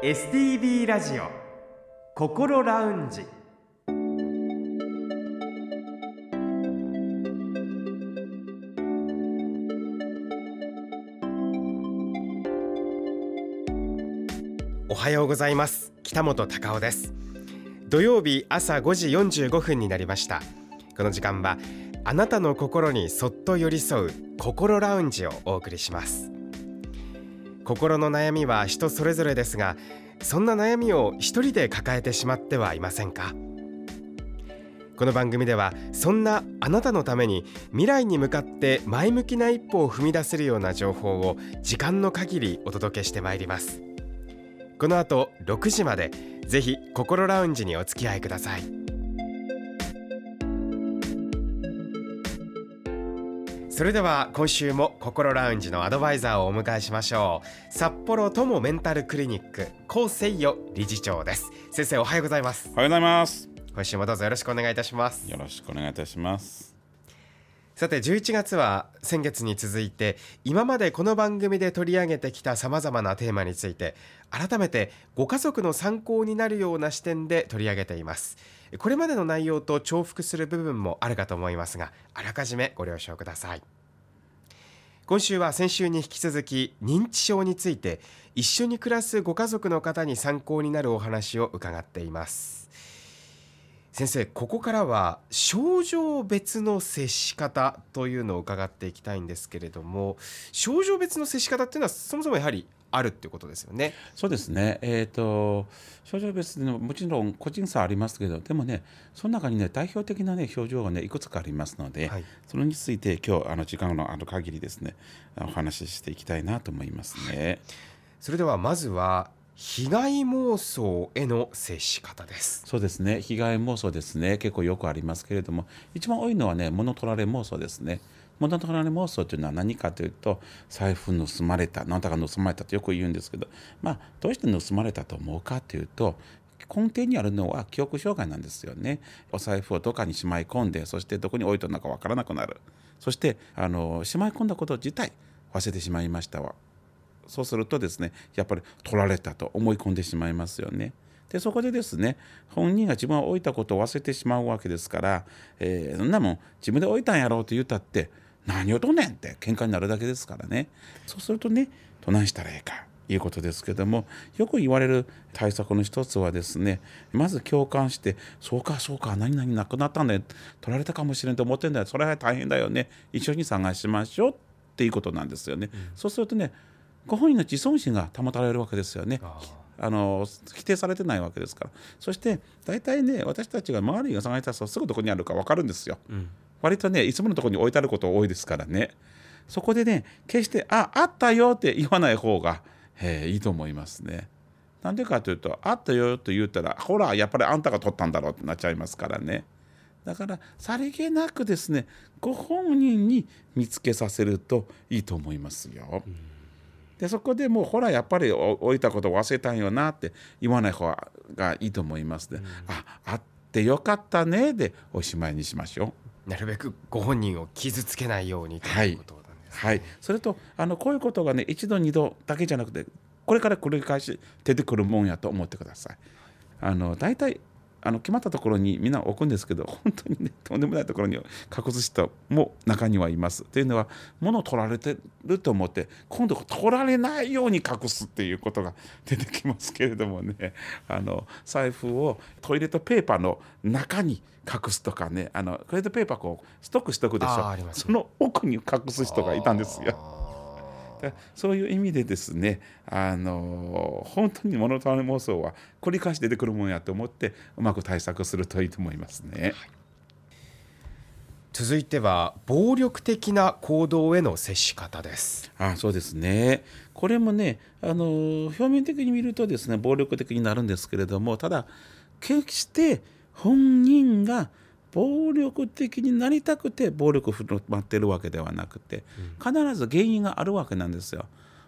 STB ラジオ心ラウンジ。おはようございます。北本隆夫です。土曜日朝5時45分になりました。この時間はあなたの心にそっと寄り添う心ラウンジをお送りします。心の悩みは人それぞれですが、そんな悩みを一人で抱えてしまってはいませんか？この番組ではそんなあなたのために未来に向かって前向きな一歩を踏み出せるような情報を時間の限りお届けしてまいります。この後6時までぜひ心ラウンジにお付き合いください。それでは今週も心ラウンジのアドバイザーをお迎えしましょう。札幌友メンタルクリニック高誠代理事長です。先生、おはようございます。 おはようございます。 今週もどうぞよろしくお願いいたします。 よろしくお願いいたします。 さて、11月は先月に続いて今までこの番組で取り上げてきたさまざまなテーマについて改めてご家族の参考になるような視点で取り上げています。これまでの内容と重複する部分もあるかと思いますが、あらかじめご了承ください。今週は先週に引き続き認知症について一緒に暮らすご家族の方に参考になるお話を伺っています。先生、ここからは症状別の接し方というのを伺っていきたいんですけれども、症状別の接し方っていうのはそもそもやはりあるっていうことですよね。 そうですね。症状別のもちろん個人差ありますけど、でもね、その中にね代表的なね症状がねいくつかありますので、それについて今日時間のある限りですねお話ししていきたいなと思いますね。 それではまずは被害妄想への接し方です。 そうですね。被害妄想ですね。結構よくありますけれども、一番多いのはね物取られ妄想ですね。物取られ妄想というのは何かというと、財布盗まれた、何だか盗まれたとよく言うんですけど、どうして盗まれたと思うかというと、根底にあるのは記憶障害なんですよね。お財布をどこかにしまい込んで、そしてどこに置いたのかわからなくなる。そしてしまい込んだこと自体忘れてしまいましたわ。そうするとですね、やっぱり取られたと思い込んでしまいますよね。でそこでですね、本人が自分が置いたことを忘れてしまうわけですから、そんなもん自分で置いたんやろうと言ったって何をとんねんって喧嘩になるだけですからね。そうするとね、どないしたらいいかいうことですけども、よく言われる対策の一つはですね、まず共感して、そうか何々なくなったんだよ、取られたかもしれんと思ってんだよ、それは大変だよね、一緒に探しましょうっていうことなんですよね。そうするとね、ご本人の自尊心が保たれるわけですよね。否定されてないわけですから。そして大体ね、私たちが周りが探したらすぐどこにあるか分かるんですよ。割とねいつものところに置いてあること多いですからね。そこでね、決してあったよって言わない方がいいと思いますね。なんでかというと、あったよと言ったら、ほらやっぱりあんたが取ったんだろうってなっちゃいますからね。だからさりげなくですね、ご本人に見つけさせるといいと思いますよ。でそこでもうほらやっぱり置いたこと忘れたんよなって言わない方がいいと思いますね。あってよかったねでおしまいにしましょう。なるべくご本人を傷つけないようにということなんですね。 それとこういうことがね一度二度だけじゃなくて、これから繰り返し出てくるもんやと思ってください。大体決まったところにみんな置くんですけど、本当にねとんでもないところに隠す人も中にはいます。というのは、物を取られてると思って今度取られないように隠すっていうことが出てきますけれどもね、財布をトイレットペーパーの中に隠すとかね、トイレットペーパーこうストックしとくでしょ。その奥に隠す人がいたんですよ。そういう意味でですね、本当に物取られ妄想は繰り返し出てくるもんやと思ってうまく対策するといいと思いますね。 続いては暴力的な行動への接し方です。 そうですね。これもね表面的に見るとですね暴力的になるんですけれども、ただ決して本人が暴力的になりたくて暴力を振る舞っているわけではなくて、必ず原因があるわけなんですよ。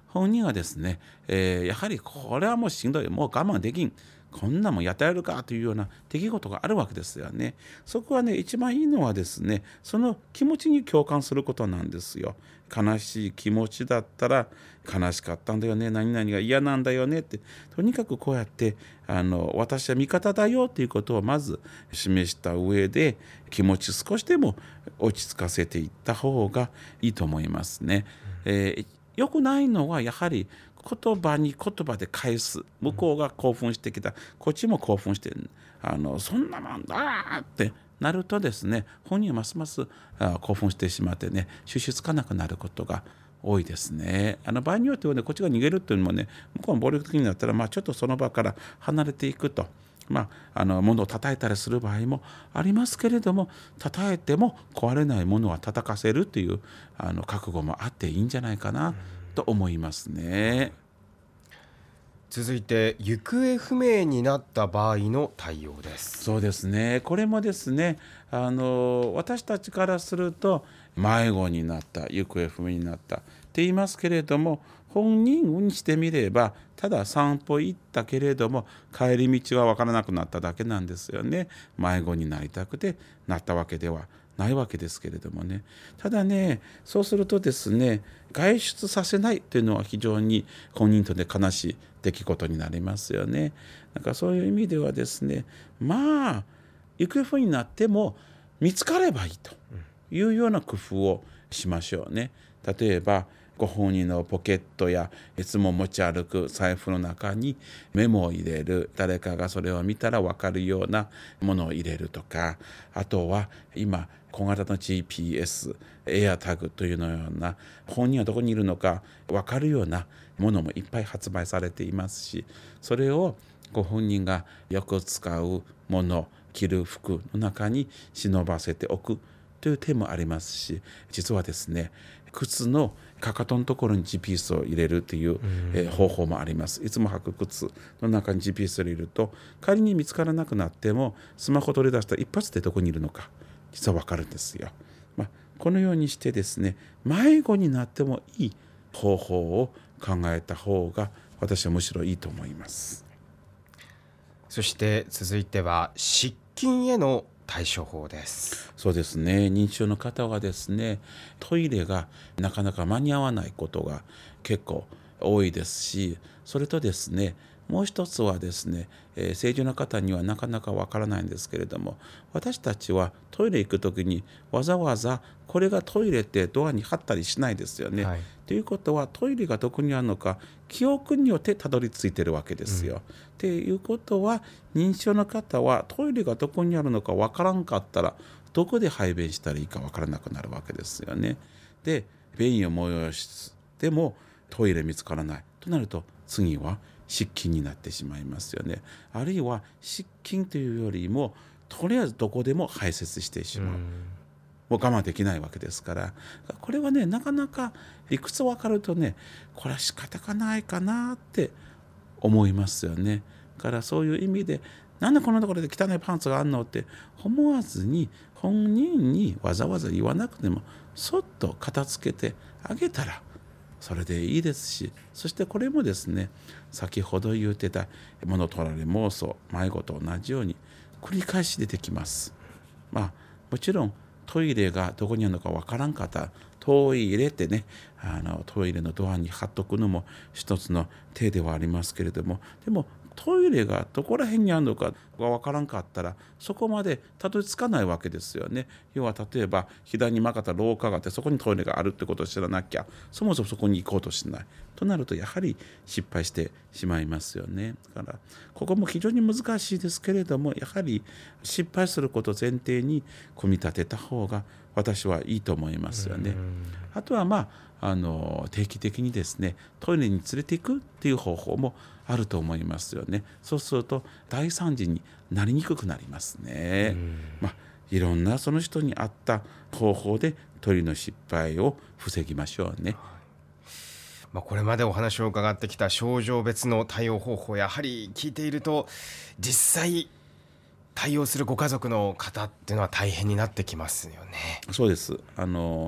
本人はですね、やはりこれはもうしんどい、もう我慢できん、こんなもんやってやるかというような出来事があるわけですよね。そこはね、一番いいのはですね、その気持ちに共感することなんですよ。悲しい気持ちだったら、悲しかったんだよね、何々が嫌なんだよねって、とにかくこうやって私は味方だよということをまず示した上で、気持ち少しでも落ち着かせていった方がいいと思いますね。良くないのはやはり言葉に言葉で返す、向こうが興奮してきた、こっちも興奮してそんなもんだってなるとですね、本人はますます興奮してしまってね、収拾つかなくなることが多いですね。場合によってはね、こっちが逃げるというのもね、向こうが暴力的になったら、ちょっとその場から離れていくと。物を叩いたりする場合もありますけれども、叩いても壊れないものは叩かせるという覚悟もあっていいんじゃないかなと思いますね。 続いて行方不明になった場合の対応です。 そうですね、これもですね、私たちからすると迷子になった、行方不明になったって言いますけれども、本人にしてみればただ散歩行ったけれども帰り道は分からなくなっただけなんですよね。迷子になりたくてなったわけではないわけですけれどもね。ただね、そうするとですね、外出させないというのは非常に本人とで悲しい出来事になりますよね。なんかそういう意味ではですね、行方不明になっても見つかればいいというような工夫をしましょうね。例えばご本人のポケットやいつも持ち歩く財布の中にメモを入れる、誰かがそれを見たら分かるようなものを入れるとか、あとは今小型の GPS、エアタグというのような本人はどこにいるのか分かるようなものもいっぱい発売されていますし、それをご本人がよく使うもの、着る服の中に忍ばせておくという手もありますし、実はですね、靴のかかとのところに GPS を入れるという、方法もあります。いつも履く靴の中に GPS を入れると、仮に見つからなくなってもスマホ取り出したら一発でどこにいるのか実は分かるんですよ。このようにしてですね、迷子になってもいい方法を考えた方が私はむしろいいと思います。 そして続いては失禁への対処法です。 そうですね、認知症の方はですね、トイレがなかなか間に合わないことが結構多いですし、それとですね、もう一つはですね、正常な方にはなかなかわからないんですけれども、私たちはトイレ行くときにわざわざこれがトイレってドアに貼ったりしないですよね。ということはトイレがどこにあるのか記憶によってたどり着いてるわけですよ。っていうことは、認知症の方はトイレがどこにあるのかわからんかったらどこで排便したらいいかわからなくなるわけですよね。で、便意を催してもトイレ見つからないとなると、次は失禁になってしまいますよね。あるいは失禁というよりもとりあえずどこでも排泄してしまう。もう我慢できないわけですから、これはね、なかなか理屈分かるとね、これは仕方がないかなって思いますよね。だからそういう意味で、なんでこんなところで汚いパンツがあんのって思わずに、本人にわざわざ言わなくてもそっと片付けてあげたらそれでいいですし、そしてこれもですね、先ほど言ってた物取られ妄想、迷子と同じように繰り返し出てきます。もちろんトイレがどこにあるのかわからんかったらトイレってね、トイレのドアに貼っとくのも一つの手ではありますけれども、でもトイレがどこら辺にあるのかがわからんかったらそこまでたどり着かないわけですよね。要は例えば左に曲がった廊下があってそこにトイレがあるってことを知らなきゃそもそもそこに行こうとしないとなると、やはり失敗してしまいますよね。だからここも非常に難しいですけれども、やはり失敗することを前提に組み立てた方が私はいいと思いますよね。あとは定期的にですね、トイレに連れていくっていう方法もあると思いますよね。そうすると大惨事になりにくくなりますね。いろんなその人に合った方法でトイレの失敗を防ぎましょうね。 これまでお話を伺ってきた症状別の対応方法、やはり聞いていると実際対応するご家族の方っていうのは大変になってきますよね。 そうです。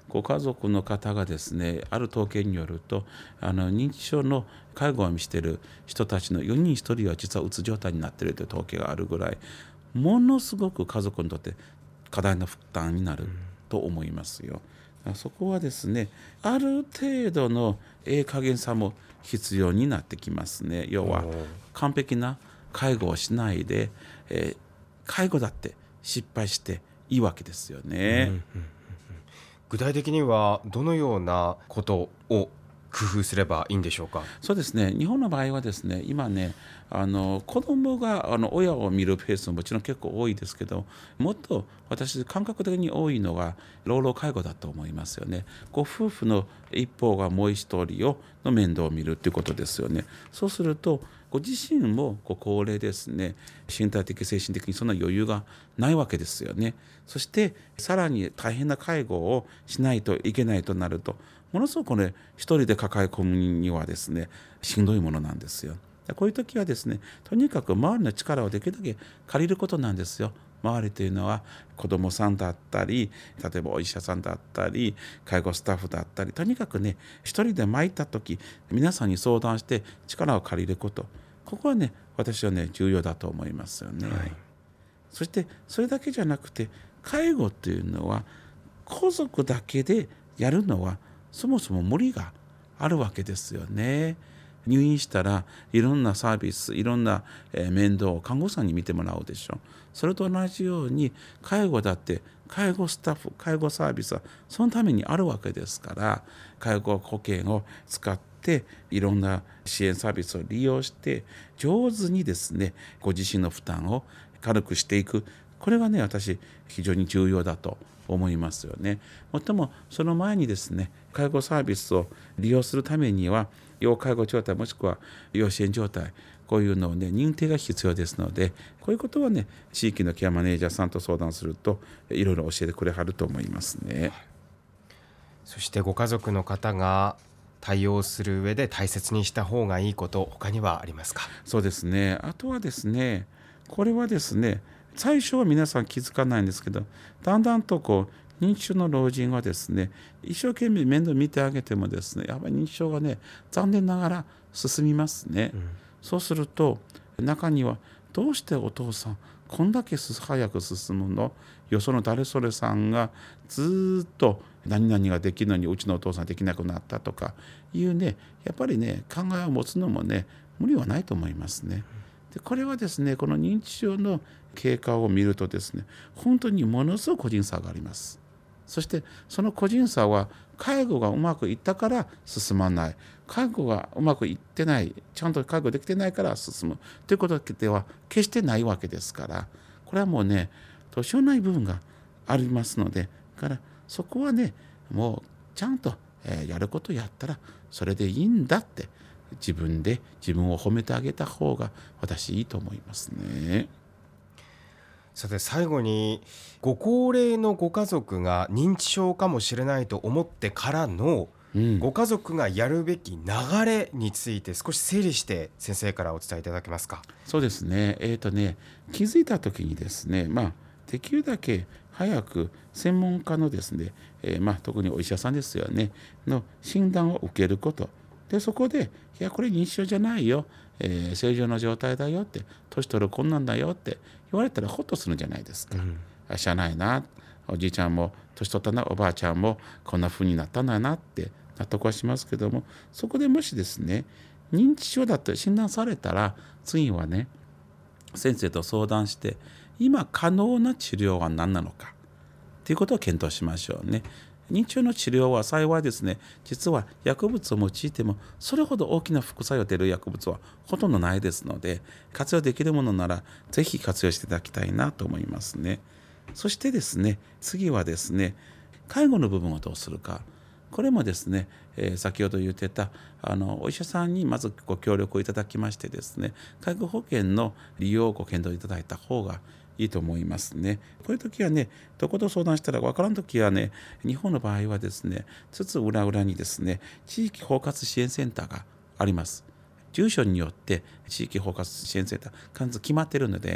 ご家族の方がですね、ある統計によると、認知症の介護をしている人たちの4人1人は実はうつ状態になっているという統計があるぐらい、ものすごく家族にとって過大な負担になると思いますよ。そこはですね、ある程度の加減さも必要になってきますね。要は完璧な介護をしないで、介護だって失敗していいわけですよね。 具体的にはどのようなことを工夫すればいいんでしょうか。 そうですね、日本の場合はですね、今ね、子供が親を見るペースももちろん結構多いですけど、もっと私感覚的に多いのが老老介護だと思いますよね。ご夫婦の一方がもう一人の面倒を見るということですよね。そうするとご自身も高齢ですね、身体的精神的にそんな余裕がないわけですよね。そしてさらに大変な介護をしないといけないとなると、ものすごくね、一人で抱え込むにはですね、しんどいものなんですよ。こういう時はですね、とにかく周りの力をできるだけ借りることなんですよ。周りというのは子どもさんだったり、例えばお医者さんだったり、介護スタッフだったり、とにかくね、一人で参った時、皆さんに相談して力を借りること、ここはね、私はね、重要だと思いますよね。そしてそれだけじゃなくて、介護というのは家族だけでやるのはそもそも無理があるわけですよね。入院したらいろんなサービス、いろんな面倒を看護師さんに見てもらうでしょう。それと同じように介護だって介護スタッフ、介護サービスはそのためにあるわけですから、介護保険を使っていろんな支援サービスを利用して上手にですね、ご自身の負担を軽くしていく、これがね、私非常に重要だと思いますよね。もっともその前にですね、介護サービスを利用するためには要介護状態もしくは要支援状態、こういうのをね、認定が必要ですので、こういうことはね、地域のケアマネージャーさんと相談するといろいろ教えてくれはると思いますね。 そしてご家族の方が対応する上で大切にした方がいいこと、他にはありますか。 そうですね、あとはですね、これはですね、最初は皆さん気づかないんですけど、だんだんと認知症の老人はですね、一生懸命面倒見てあげてもですね、やっぱり認知症がね、残念ながら進みますね。そうすると中には、どうしてお父さんこんだけ早く進むの、よその誰それさんがずっと何々ができるのにうちのお父さんできなくなったとかいうね、やっぱりね、考えを持つのもね、無理はないと思いますね。でこれはですね、この認知症の経過を見るとですね、本当にものすごく個人差があります。そしてその個人差は、介護がうまくいったから進まない、介護がうまくいってない、ちゃんと介護できてないから進むということでは決してないわけですから、これはもうね、どうしようもない部分がありますので、だからそこはね、もうちゃんとやることやったらそれでいいんだって、自分で自分を褒めてあげた方が私いいと思いますね。 さて最後に、ご高齢のご家族が認知症かもしれないと思ってからの、ご家族がやるべき流れについて少し整理して先生からお伝えいただけますか。 そうですね、気づいた時にですね、できるだけ早く専門家のですね、特にお医者さんですよねの診断を受けることで、そこでいやこれ認知症じゃないよ、正常な状態だよって、年取るこんなんだよって言われたらほっとするんじゃないですか。しゃあないな、おじいちゃんも年取ったな、おばあちゃんもこんな風になったんだなって納得はしますけども、そこでもしですね、認知症だと診断されたら、次はね、先生と相談して今可能な治療は何なのかということを検討しましょうね。認知症の治療は幸いですね、実は薬物を用いてもそれほど大きな副作用が出る薬物はほとんどないですので、活用できるものならぜひ活用していただきたいなと思いますね。そしてですね、次はですね、介護の部分をどうするか。これもですね、先ほど言ってたお医者さんにまずご協力をいただきましてですね、介護保険の利用をご検討いただいた方がいいと思いますね。こういう時はね、どこと相談したら分からん時はね、日本の場合はですね、つつ裏裏にですね、地域包括支援センターがあります。住所によって地域包括支援センター必ず決まっているので、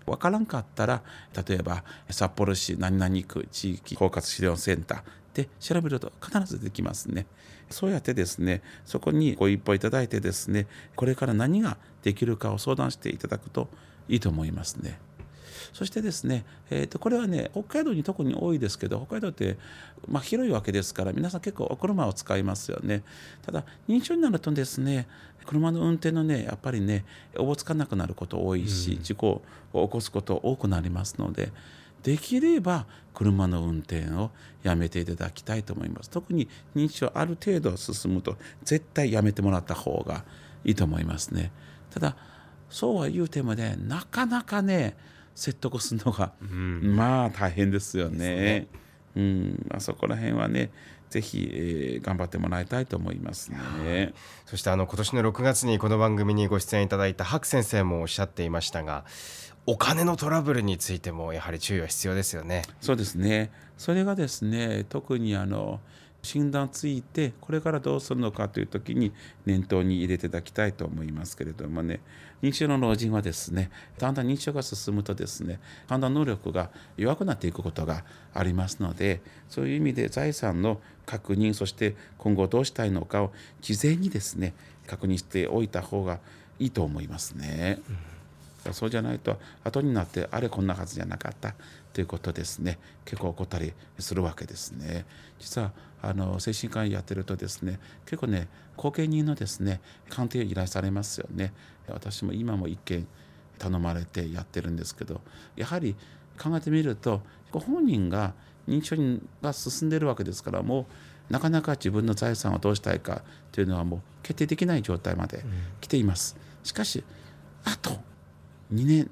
分からんかったら、例えば札幌市何々区地域包括資料センターで調べると必ずできますね。そうやってですね、そこにご一報いただいてですね、これから何ができるかを相談していただくといいと思いますね。そしてですね、これはね、北海道に特に多いですけど、北海道って、広いわけですから、皆さん結構お車を使いますよね。ただ、認知症になるとですね、車の運転のね、やっぱりね、おぼつかなくなること多いし、事故を起こすこと多くなりますので、できれば車の運転をやめていただきたいと思います。特に認知症ある程度進むと、絶対やめてもらった方がいいと思いますね。ただ、そうは言うてもね、なかなかね、説得するのが、大変ですよね。そこら辺はね、ぜひ、頑張ってもらいたいと思いますね。 そして今年の6月にこの番組にご出演いただいた白先生もおっしゃっていましたが、お金のトラブルについてもやはり注意は必要ですよね。 そうですね。それがですね、特に診断ついてこれからどうするのかという時に念頭に入れていただきたいと思いますけれどもね、認知症の老人はですね、だんだん認知症が進むとですね、判断能力が弱くなっていくことがありますので、そういう意味で財産の確認、そして今後どうしたいのかを事前にですね、確認しておいた方がいいと思いますね。そうじゃないと後になってあれこんなはずじゃなかったということですね、結構起こったりするわけですね。実は精神科医やってるとですね、結構ね、後見人のですね鑑定を依頼されますよね。私も今も一件頼まれてやってるんですけど、やはり考えてみると、ご本人が認知症が進んでいるわけですから、もうなかなか自分の財産をどうしたいかというのはもう決定できない状態まで来ています。しかしあと2年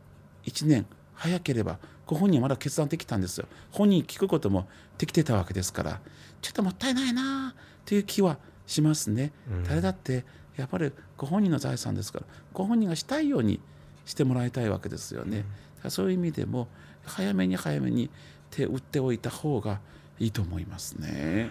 1年早ければご本人はまだ決断できたんですよ。本人に聞くこともできてたわけですから、ちょっともったいないなという気はしますね。誰だってやっぱりご本人の財産ですから、ご本人がしたいようにしてもらいたいわけですよね。そういう意味でも早めに手を打っておいた方がいいと思いますね。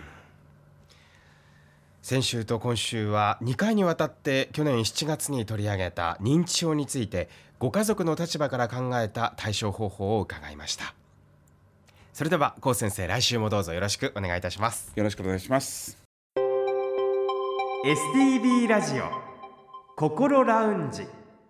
先週と今週は2回にわたって去年7月に取り上げた認知症について、ご家族の立場から考えた対処方法を伺いました。それでは高先生、来週もどうぞよろしくお願いいたします。 よろしくお願いします。 STB ラジオ心ラウンジ。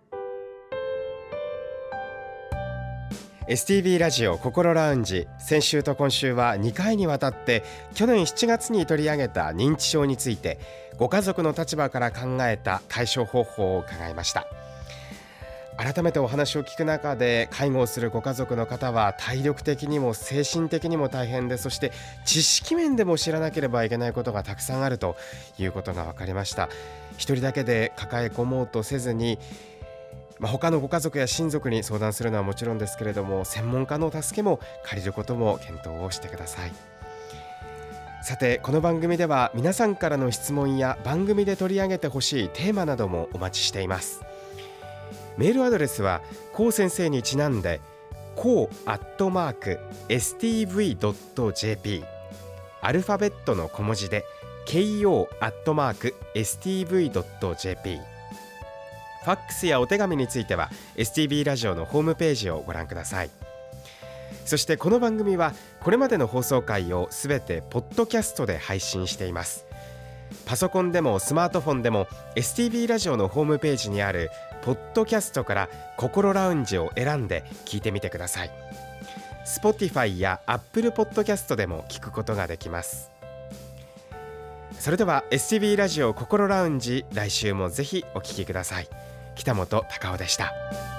STB ラジオ心ラウンジ、先週と今週は2回にわたって去年7月に取り上げた認知症について、ご家族の立場から考えた対処方法を伺いました。改めてお話を聞く中で、介護をするご家族の方は体力的にも精神的にも大変で、そして知識面でも知らなければいけないことがたくさんあるということが分かりました。一人だけで抱え込もうとせずに、他のご家族や親族に相談するのはもちろんですけれども、専門家の助けも借りることも検討をしてください。さて、この番組では皆さんからの質問や番組で取り上げてほしいテーマなどもお待ちしています。メールアドレスはこう先生にちなんでko@stv.jp、 アルファベットの小文字で ko@stv.jp。ファックスやお手紙については STB ラジオのホームページをご覧ください。そしてこの番組はこれまでの放送回をすべてポッドキャストで配信しています。パソコンでもスマートフォンでも STB ラジオのホームページにあるポッドキャストから心ラウンジを選んで聞いてみてください。 Spotify や Apple ポッドキャストでも聞くことができます。それでは STB ラジオ心ラウンジ、来週もぜひお聞きください。北本隆夫でした。